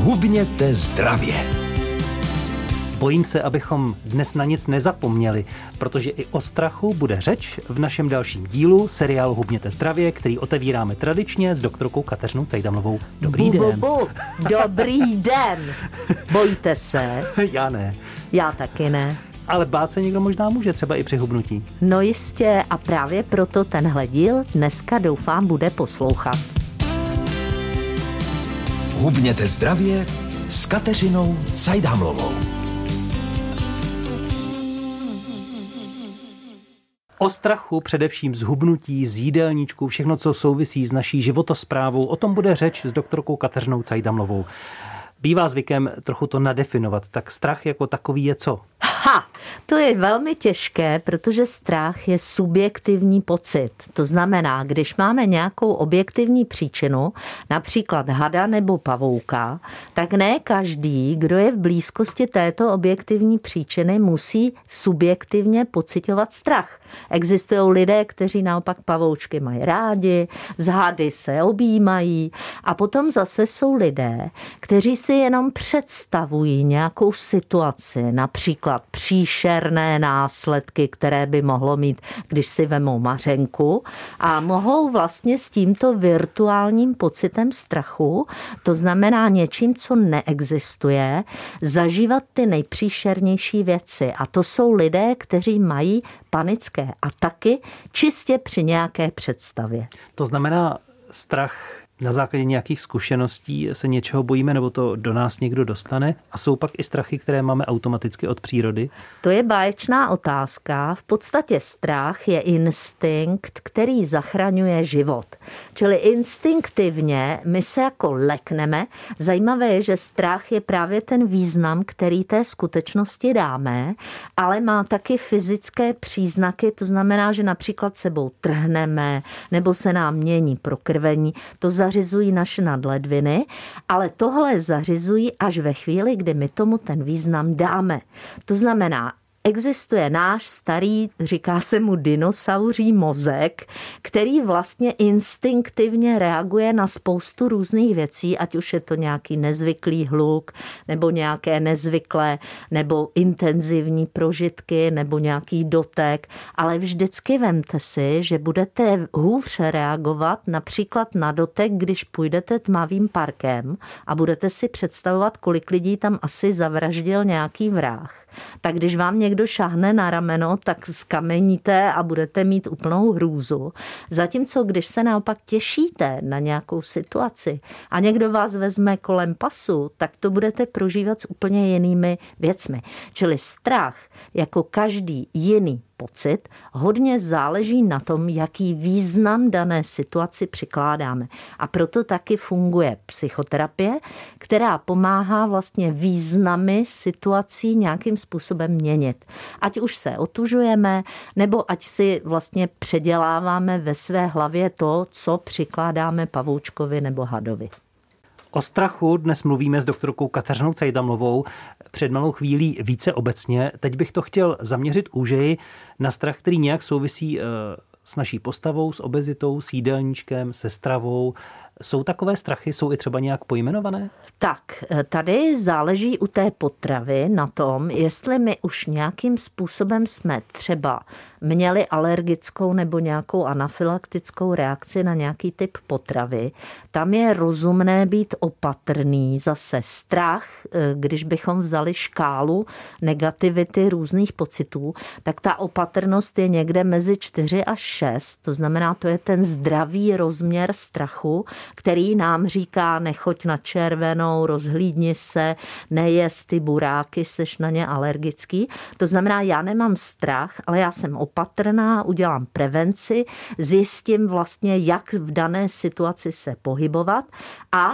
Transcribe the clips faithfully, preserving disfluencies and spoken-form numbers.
Hubněte zdravě. Bojím se, abychom dnes na nic nezapomněli, protože i o strachu bude řeč v našem dalším dílu seriálu Hubněte zdravě, který otevíráme tradičně s doktorkou Kateřinou Cajdamlovou. Dobrý bu, den. Bu, bu. Dobrý den. Bojíte se? Já ne. Já taky ne. Ale bát se někdo možná může, třeba i při hubnutí. No jistě, a právě proto tenhle díl dneska doufám bude poslouchat. Hubněte zdravě s Kateřinou Cajdamlovou. O strachu, především z hubnutí, z jídelníčku, všechno, co souvisí s naší životosprávou, o tom bude řeč s doktorkou Kateřinou Cajdamlovou. Bývá zvykem trochu to nadefinovat, tak strach jako takový je co? Ha, to je velmi těžké, protože strach je subjektivní pocit. To znamená, když máme nějakou objektivní příčinu, například hada nebo pavouka, tak ne každý, kdo je v blízkosti této objektivní příčiny, musí subjektivně pociťovat strach. Existují lidé, kteří naopak pavoučky mají rádi, z hady se objímají, a potom zase jsou lidé, kteří si jenom představují nějakou situaci, například příšerné následky, které by mohlo mít, když si vemou mařenku, a mohou vlastně s tímto virtuálním pocitem strachu, to znamená něčím, co neexistuje, zažívat ty nejpříšernější věci. A to jsou lidé, kteří mají panické ataky čistě při nějaké představě. To znamená strach na základě nějakých zkušeností se něčeho bojíme, nebo to do nás někdo dostane? A jsou pak i strachy, které máme automaticky od přírody? To je báječná otázka. V podstatě strach je instinkt, který zachraňuje život. Čili instinktivně my se jako lekneme. Zajímavé je, že strach je právě ten význam, který té skutečnosti dáme, ale má taky fyzické příznaky, to znamená, že například sebou trhneme, nebo se nám mění prokrvení. To zařizují naše nadledviny, ale tohle zařizují až ve chvíli, kdy my tomu ten význam dáme. To znamená, existuje náš starý, říká se mu dinosauří mozek, který vlastně instinktivně reaguje na spoustu různých věcí, ať už je to nějaký nezvyklý hluk, nebo nějaké nezvyklé, nebo intenzivní prožitky, nebo nějaký dotek, ale vždycky vemte si, že budete hůř reagovat například na dotek, když půjdete tmavým parkem a budete si představovat, kolik lidí tam asi zavraždil nějaký vrah. Tak když vám někdo šáhne na rameno, tak zkameníte a budete mít úplnou hrůzu. Zatímco když se naopak těšíte na nějakou situaci a někdo vás vezme kolem pasu, tak to budete prožívat s úplně jinými věcmi. Čili strach, jako každý jiný pocit, hodně záleží na tom, jaký význam dané situaci přikládáme. A proto taky funguje psychoterapie, která pomáhá vlastně významy situací nějakým způsobem měnit. Ať už se otužujeme, nebo ať si vlastně předěláváme ve své hlavě to, co přikládáme pavoučkovi nebo hadovi. O strachu dnes mluvíme s doktorkou Kateřinou Cajdamlovou. Před malou chvílí více obecně. Teď bych to chtěl zaměřit úžeji na strach, který nějak souvisí s naší postavou, s obezitou, s jídelníčkem, se stravou. Jsou takové strachy, jsou i třeba nějak pojmenované? Tak, tady záleží u té potravy na tom, jestli my už nějakým způsobem jsme třeba měli alergickou nebo nějakou anafylaktickou reakci na nějaký typ potravy. Tam je rozumné být opatrný. Zase strach, když bychom vzali škálu negativity různých pocitů, tak ta opatrnost je někde mezi čtyři až šest. To znamená, to je ten zdravý rozměr strachu, který nám říká, nechoď na červenou, rozhlídni se, nejez ty buráky, seš na ně alergický. To znamená, já nemám strach, ale já jsem opatrná, udělám prevenci, zjistím vlastně, jak v dané situaci se pohybovat a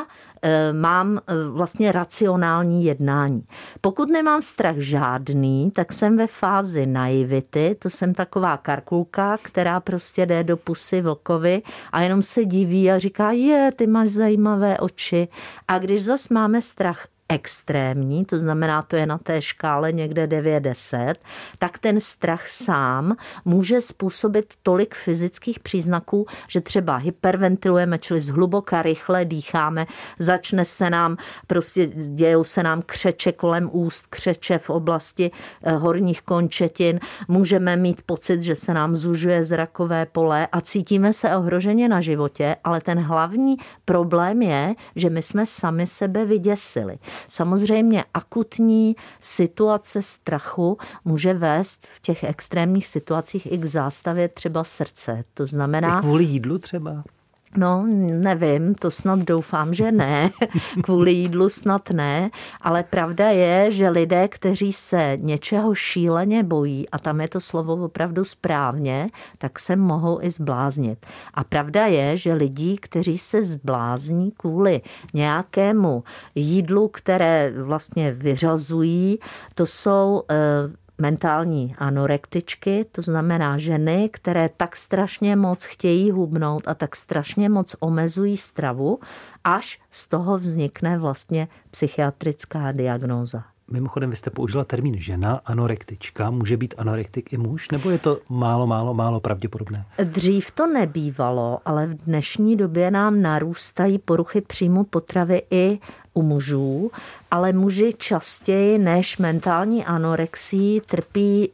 mám vlastně racionální jednání. Pokud nemám strach žádný, tak jsem ve fázi naivity, to jsem taková karkulka, která prostě jde do pusy vlkovi a jenom se diví a říká, je, ty máš zajímavé oči. A když zas máme strach extrémní, to znamená, to je na té škále někde devět deset, tak ten strach sám může způsobit tolik fyzických příznaků, že třeba hyperventilujeme, čili zhluboka rychle dýcháme, začne se nám, prostě dějou se nám křeče kolem úst, křeče v oblasti horních končetin, můžeme mít pocit, že se nám zužuje zrakové pole a cítíme se ohroženě na životě, ale ten hlavní problém je, že my jsme sami sebe vyděsili. Samozřejmě akutní situace strachu může vést v těch extrémních situacích i k zástavě třeba srdce. To znamená... I kvůli jídlu třeba? No, nevím, to snad doufám, že ne. Kvůli jídlu snad ne, ale pravda je, že lidé, kteří se něčeho šíleně bojí, a tam je to slovo opravdu správně, tak se mohou i zbláznit. A pravda je, že lidí, kteří se zblázní kvůli nějakému jídlu, které vlastně vyřazují, to jsou... mentální anorektičky, to znamená ženy, které tak strašně moc chtějí hubnout a tak strašně moc omezují stravu, až z toho vznikne vlastně psychiatrická diagnóza. Mimochodem, vy jste použila termín žena, anorektička. Může být anorektik i muž, nebo je to málo, málo, málo pravděpodobné? Dřív to nebývalo, ale v dnešní době nám narůstají poruchy příjmu potravy i u mužů, ale muži častěji než mentální anorexii trpí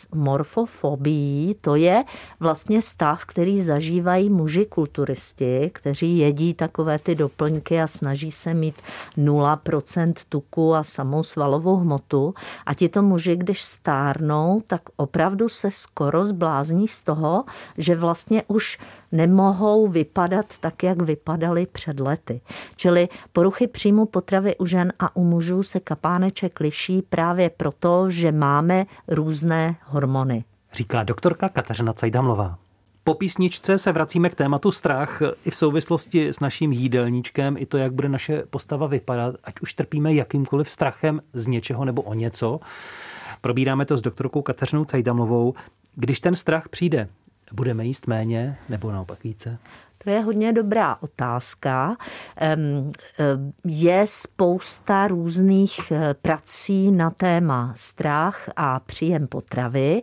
dysmorfofobií. To je vlastně stav, který zažívají muži kulturisti, kteří jedí takové ty doplňky a snaží se mít nula procent tuku a samou svalovou hmotu. A tito muži, když stárnou, tak opravdu se skoro zblázní z toho, že vlastně už nemohou vypadat tak, jak vypadali před lety. Čili poruchy příjmu potravy u žen a u mužů se kapáneček liší právě proto, že máme různé hormony. Říká doktorka Kateřina Cajdamlová. Po písničce se vracíme k tématu strach i v souvislosti s naším jídelníčkem, i to, jak bude naše postava vypadat, ať už trpíme jakýmkoliv strachem z něčeho nebo o něco. Probíráme to s doktorkou Kateřinou Cajdamlovou. Když ten strach přijde, budeme jíst méně nebo naopak více? To je hodně dobrá otázka. Je spousta různých prací na téma strach a příjem potravy.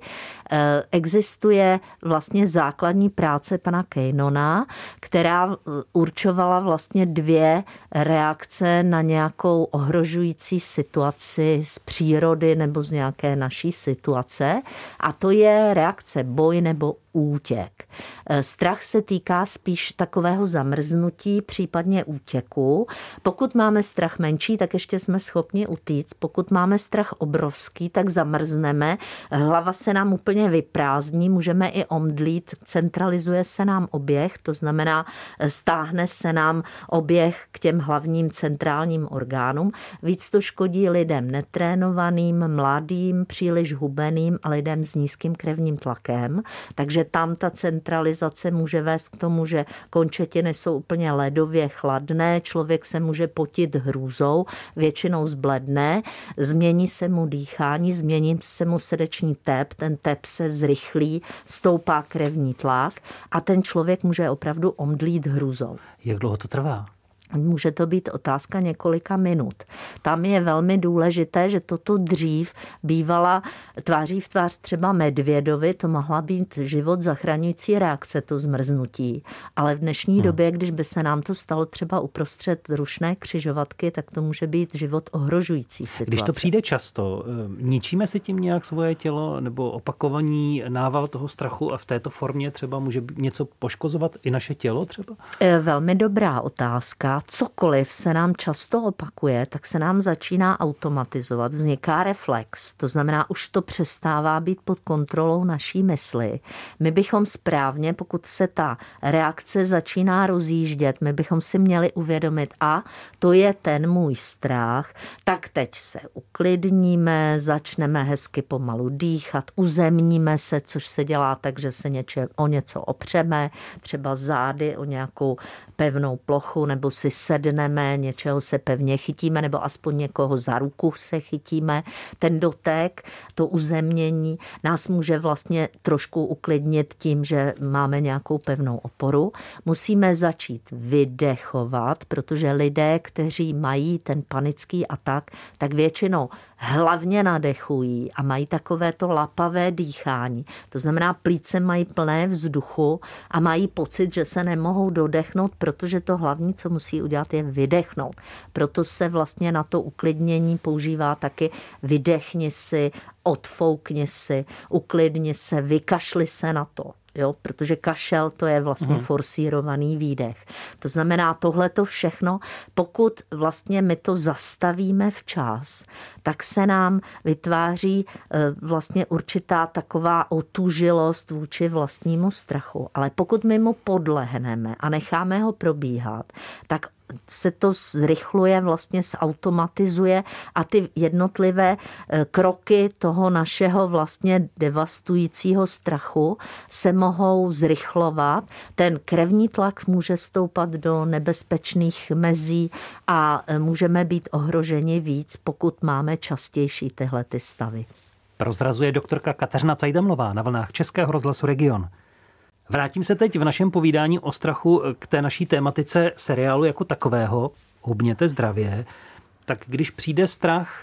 Existuje vlastně základní práce pana Kejnona, která určovala vlastně dvě reakce na nějakou ohrožující situaci z přírody nebo z nějaké naší situace. A to je reakce boj nebo útěk. Strach se týká spíš takového zamrznutí, případně útěku. Pokud máme strach menší, tak ještě jsme schopni utíct. Pokud máme strach obrovský, tak zamrzneme. Hlava se nám úplně vyprázdní, můžeme i omdlít, centralizuje se nám oběh, to znamená, stáhne se nám oběh k těm hlavním centrálním orgánům. Víc to škodí lidem netrénovaným, mladým, příliš hubeným a lidem s nízkým krevním tlakem. Takže tam ta centralizace může vést k tomu, že končetiny jsou úplně ledově chladné, člověk se může potit hrůzou, většinou zbledne, změní se mu dýchání, změní se mu srdeční tep, ten tep se zrychlí, stoupá krevní tlak a ten člověk může opravdu omdlít hrůzou. Jak dlouho to trvá? Může to být otázka několika minut. Tam je velmi důležité, že toto dřív bývala tváří v tvář třeba medvědovi, to mohla být život zachraňující reakce, to zmrznutí. Ale v dnešní hmm. době, když by se nám to stalo třeba uprostřed rušné křižovatky, tak to může být život ohrožující situace. Když to přijde často, ničíme si tím nějak svoje tělo nebo opakovaný nával toho strachu a v této formě třeba může něco poškozovat i naše tělo třeba? Velmi dobrá otázka. Cokoliv se nám často opakuje, tak se nám začíná automatizovat, vzniká reflex. To znamená, už to přestává být pod kontrolou naší mysli. My bychom správně, pokud se ta reakce začíná rozjíždět, my bychom si měli uvědomit, a to je ten můj strach, tak teď se uklidníme, začneme hezky pomalu dýchat, uzemníme se, což se dělá tak, že se něče, o něco opřeme, třeba zády o nějakou pevnou plochu, nebo si si sedneme, něčeho se pevně chytíme, nebo aspoň někoho za ruku se chytíme. Ten dotek, to uzemnění nás může vlastně trošku uklidnit tím, že máme nějakou pevnou oporu. Musíme začít vydechovat, protože lidé, kteří mají ten panický atak, tak většinou hlavně nadechují a mají takové to lapavé dýchání. To znamená, plíce mají plné vzduchu a mají pocit, že se nemohou dodechnout, protože to hlavní, co musí udělat, je vydechnout. Proto se vlastně na to uklidnění používá taky vydechni si, odfoukni si, uklidni se, vykašli se na to. Jo, protože kašel to je vlastně hmm. forsírovaný výdech. To znamená tohleto všechno, pokud vlastně my to zastavíme včas, tak se nám vytváří vlastně určitá taková otužilost vůči vlastnímu strachu. Ale pokud my mu podlehneme a necháme ho probíhat, tak se to zrychluje, vlastně zautomatizuje a ty jednotlivé kroky toho našeho vlastně devastujícího strachu se mohou zrychlovat. Ten krevní tlak může stoupat do nebezpečných mezí a můžeme být ohroženi víc, pokud máme častější tyhle ty stavy. Prozrazuje doktorka Kateřina Cajdamlová na vlnách Českého rozhlasu Region. Vrátím se teď v našem povídání o strachu k té naší tématice seriálu jako takového, Hubněte zdravě. Tak když přijde strach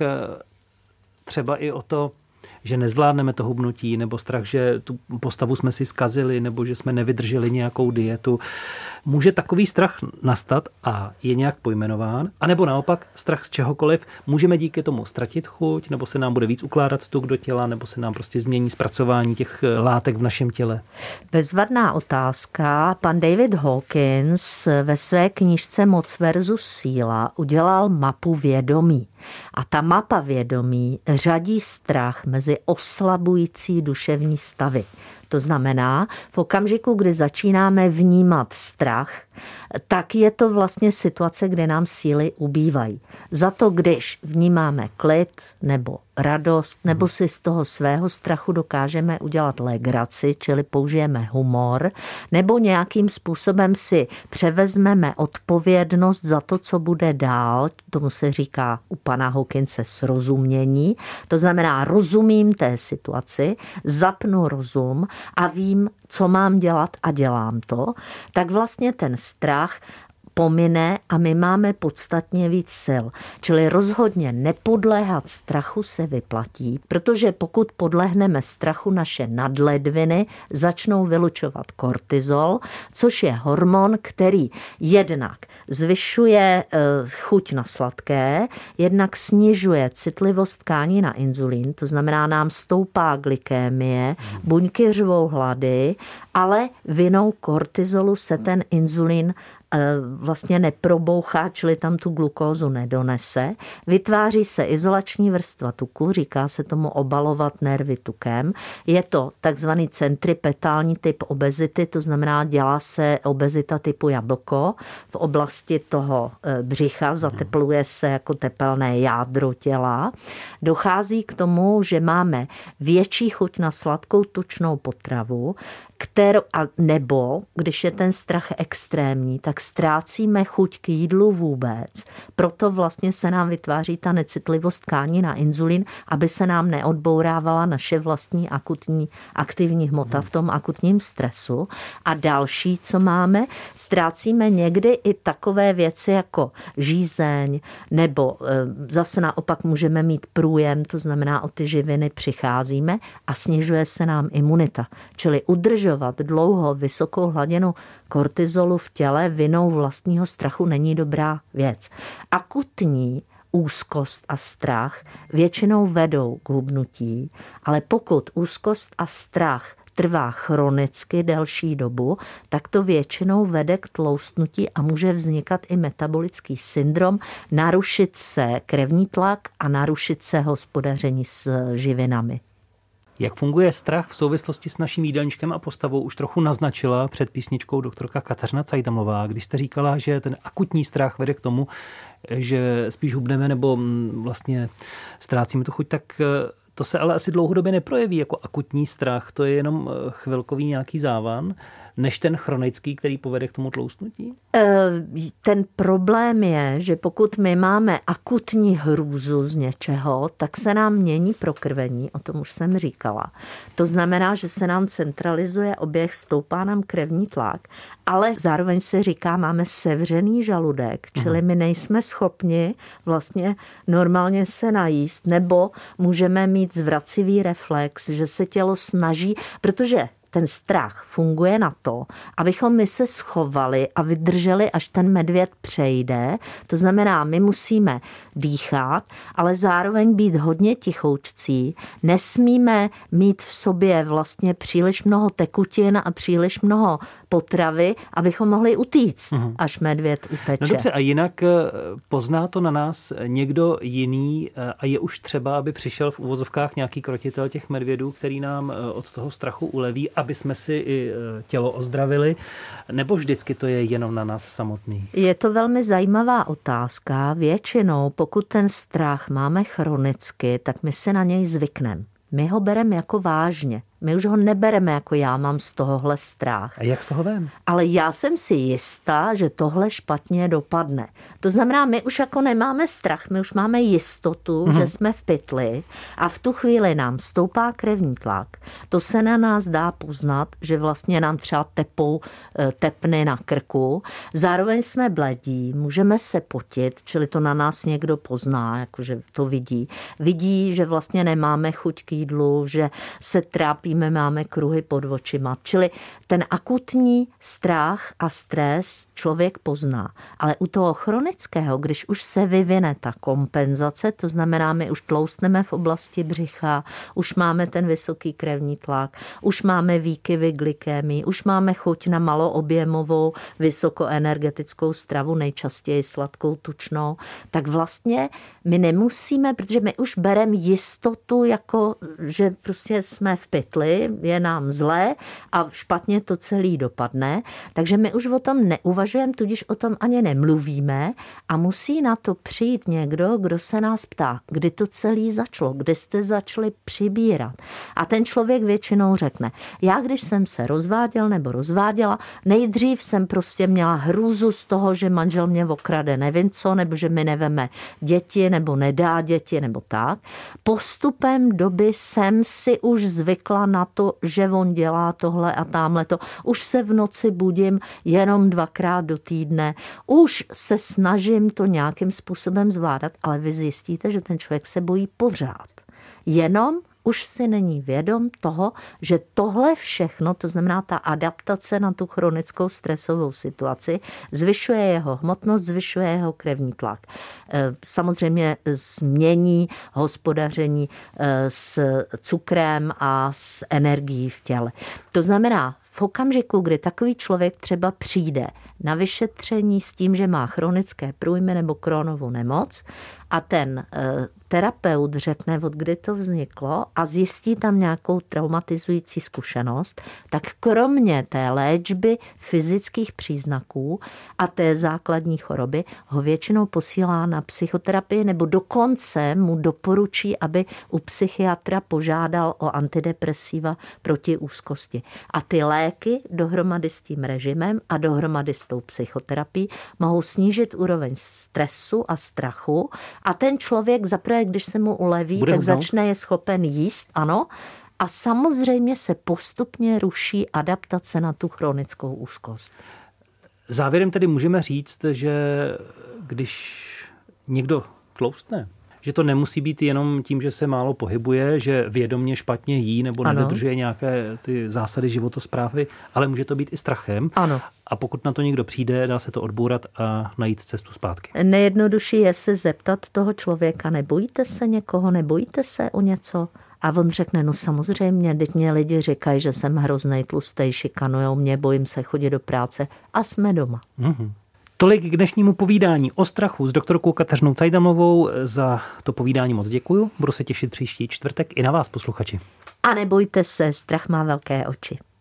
třeba i o to, že nezvládneme to hubnutí, nebo strach, že tu postavu jsme si zkazili, nebo že jsme nevydrželi nějakou dietu, může takový strach nastat a je nějak pojmenován, anebo naopak strach z čehokoliv, můžeme díky tomu ztratit chuť, nebo se nám bude víc ukládat tuk do těla, nebo se nám prostě změní zpracování těch látek v našem těle. Bezvadná otázka. Pan David Hawkins ve své knížce Moc versus síla udělal mapu vědomí. A ta mapa vědomí řadí strach mezi oslabující duševní stavy. To znamená, v okamžiku, kdy začínáme vnímat strach, tak je to vlastně situace, kde nám síly ubývají. Za to, když vnímáme klid nebo radost, nebo si z toho svého strachu dokážeme udělat legraci, čili použijeme humor, nebo nějakým způsobem si převezmeme odpovědnost za to, co bude dál, tomu se říká u pana Hawkinse srozumění, to znamená, rozumím té situaci, zapnu rozum a vím, co mám dělat a dělám to, tak vlastně ten strach pomine a my máme podstatně víc sil. Čili rozhodně nepodléhat strachu se vyplatí, protože pokud podlehneme strachu, naše nadledviny začnou vylučovat kortizol, což je hormon, který jednak zvyšuje chuť na sladké, jednak snižuje citlivost tkání na inzulín, to znamená nám stoupá glykémie, buňky řvou hlady, ale vinou kortizolu se ten inzulín vlastně neprobouchá, čili tam tu glukózu nedonese. Vytváří se izolační vrstva tuku, říká se tomu obalovat nervy tukem. Je to takzvaný centripetální typ obezity, to znamená, dělá se obezita typu jablko v oblasti toho břicha, zatepluje se jako tepelné jádro těla. Dochází k tomu, že máme větší chuť na sladkou tučnou potravu, kterou, a nebo, když je ten strach extrémní, tak ztrácíme chuť k jídlu vůbec. Proto vlastně se nám vytváří ta necitlivost tkání na inzulín, aby se nám neodbourávala naše vlastní akutní aktivní hmota v tom akutním stresu. A další, co máme, ztrácíme někdy i takové věci jako žízeň, nebo zase naopak můžeme mít průjem, to znamená, o ty živiny přicházíme a snižuje se nám imunita. Čili udržovat dlouho vysokou hladinu kortizolu v těle vinou vlastního strachu není dobrá věc. Akutní úzkost a strach většinou vedou k hubnutí, ale pokud úzkost a strach trvá chronicky delší dobu, tak to většinou vede k tloustnutí a může vznikat i metabolický syndrom, narušit se krevní tlak a narušit se hospodaření s živinami. Jak funguje strach v souvislosti s naším jídelníčkem a postavou, už trochu naznačila před písničkou doktorka Kateřina Cajdamlová, když jste říkala, že ten akutní strach vede k tomu, že spíš hubneme nebo vlastně ztrácíme tu chuť, tak to se ale asi dlouhodobě neprojeví jako akutní strach, to je jenom chvilkový nějaký závan. než ten chronický, který povede k tomu tloustnutí? Ten problém je, že pokud my máme akutní hrůzu z něčeho, tak se nám mění prokrvení, o tom už jsem říkala. To znamená, že se nám centralizuje oběh, stoupá nám krevní tlak, ale zároveň se říká, máme sevřený žaludek, čili my nejsme schopni vlastně normálně se najíst, nebo můžeme mít zvracivý reflex, že se tělo snaží, protože ten strach funguje na to, abychom my se schovali a vydrželi, až ten medvěd přejde. To znamená, my musíme dýchat, ale zároveň být hodně tichoučcí. Nesmíme mít v sobě vlastně příliš mnoho tekutin a příliš mnoho potravy, abychom mohli utíct, mm. až medvěd uteče. No dobře, a jinak pozná to na nás někdo jiný a je už třeba, aby přišel v uvozovkách nějaký krotitel těch medvědů, který nám od toho strachu uleví, aby jsme si i tělo ozdravili, nebo vždycky to je jenom na nás samotných? Je to velmi zajímavá otázka. Většinou, pokud ten strach máme chronicky, tak my si na něj zvykneme. My ho bereme jako vážně. My už ho nebereme jako já mám z tohohle strach. A jak z toho vem? Ale já jsem si jistá, že tohle špatně dopadne. To znamená, my už jako nemáme strach, my už máme jistotu, mm-hmm. že jsme v pytli a v tu chvíli nám stoupá krevní tlak. To se na nás dá poznat, že vlastně nám třeba tepou tepny na krku. Zároveň jsme bledí, můžeme se potit, čili to na nás někdo pozná, jakože to vidí. Vidí, že vlastně nemáme chuť k jídlu, že se trápí, máme kruhy pod očima. Čili ten akutní strach a stres člověk pozná. Ale u toho chronického, když už se vyvine ta kompenzace, to znamená, my už tloustneme v oblasti břicha, už máme ten vysoký krevní tlak, už máme výkyvy glykémii, už máme chuť na maloobjemovou, vysokoenergetickou stravu, nejčastěji sladkou, tučnou, tak vlastně my nemusíme, protože my už bereme jistotu, jako že prostě jsme v pytli, je nám zlé a špatně to celý dopadne, takže my už o tom neuvažujeme, tudíž o tom ani nemluvíme a musí na to přijít někdo, kdo se nás ptá, kdy to celý začalo, kdy jste začali přibírat. A ten člověk většinou řekne, já když jsem se rozváděl nebo rozváděla, nejdřív jsem prostě měla hrůzu z toho, že manžel mě okrade nevím co, nebo že mi neveme děti, nebo nedá děti, nebo tak. Postupem doby jsem si už zvykla na to, že on dělá tohle a támhle to. Už se v noci budím jenom dvakrát do týdne. Už se snažím to nějakým způsobem zvládat, ale vy zjistíte, že ten člověk se bojí pořád. Jenom už si není vědom toho, že tohle všechno, to znamená ta adaptace na tu chronickou stresovou situaci, zvyšuje jeho hmotnost, zvyšuje jeho krevní tlak. Samozřejmě změní hospodaření s cukrem a s energií v těle. To znamená, v okamžiku, kdy takový člověk třeba přijde na vyšetření s tím, že má chronické průjmy nebo Crohnovu nemoc a ten terapeut řekne, od kdy to vzniklo a zjistí tam nějakou traumatizující zkušenost, tak kromě té léčby fyzických příznaků a té základní choroby ho většinou posílá na psychoterapii nebo dokonce mu doporučí, aby u psychiatra požádal o antidepresiva proti úzkosti. A ty léky dohromady s tím režimem a dohromady s tou psychoterapií mohou snížit úroveň stresu a strachu a ten člověk zaprvé, když se mu uleví, Bude tak hnout? začne je schopen jíst, ano, a samozřejmě se postupně ruší adaptace na tu chronickou úzkost. Závěrem tedy můžeme říct, že když někdo tloustne, že to nemusí být jenom tím, že se málo pohybuje, že vědomě špatně jí nebo ano. nedodržuje nějaké ty zásady životosprávy, ale může to být i strachem. Ano. A pokud na to někdo přijde, dá se to odbourat a najít cestu zpátky. Nejjednodušší je se zeptat toho člověka, nebojíte se někoho, nebojíte se o něco? A on řekne, no samozřejmě, teď mě lidi říkají, že jsem hroznej tlustej, šikanujou mě, bojím se chodit do práce a jsme doma. Mm-hmm. Tolik k dnešnímu povídání o strachu s doktorkou Kateřinou Cajdamovou. Za to povídání moc děkuju. Budu se těšit příští čtvrtek i na vás, posluchači. A nebojte se, strach má velké oči.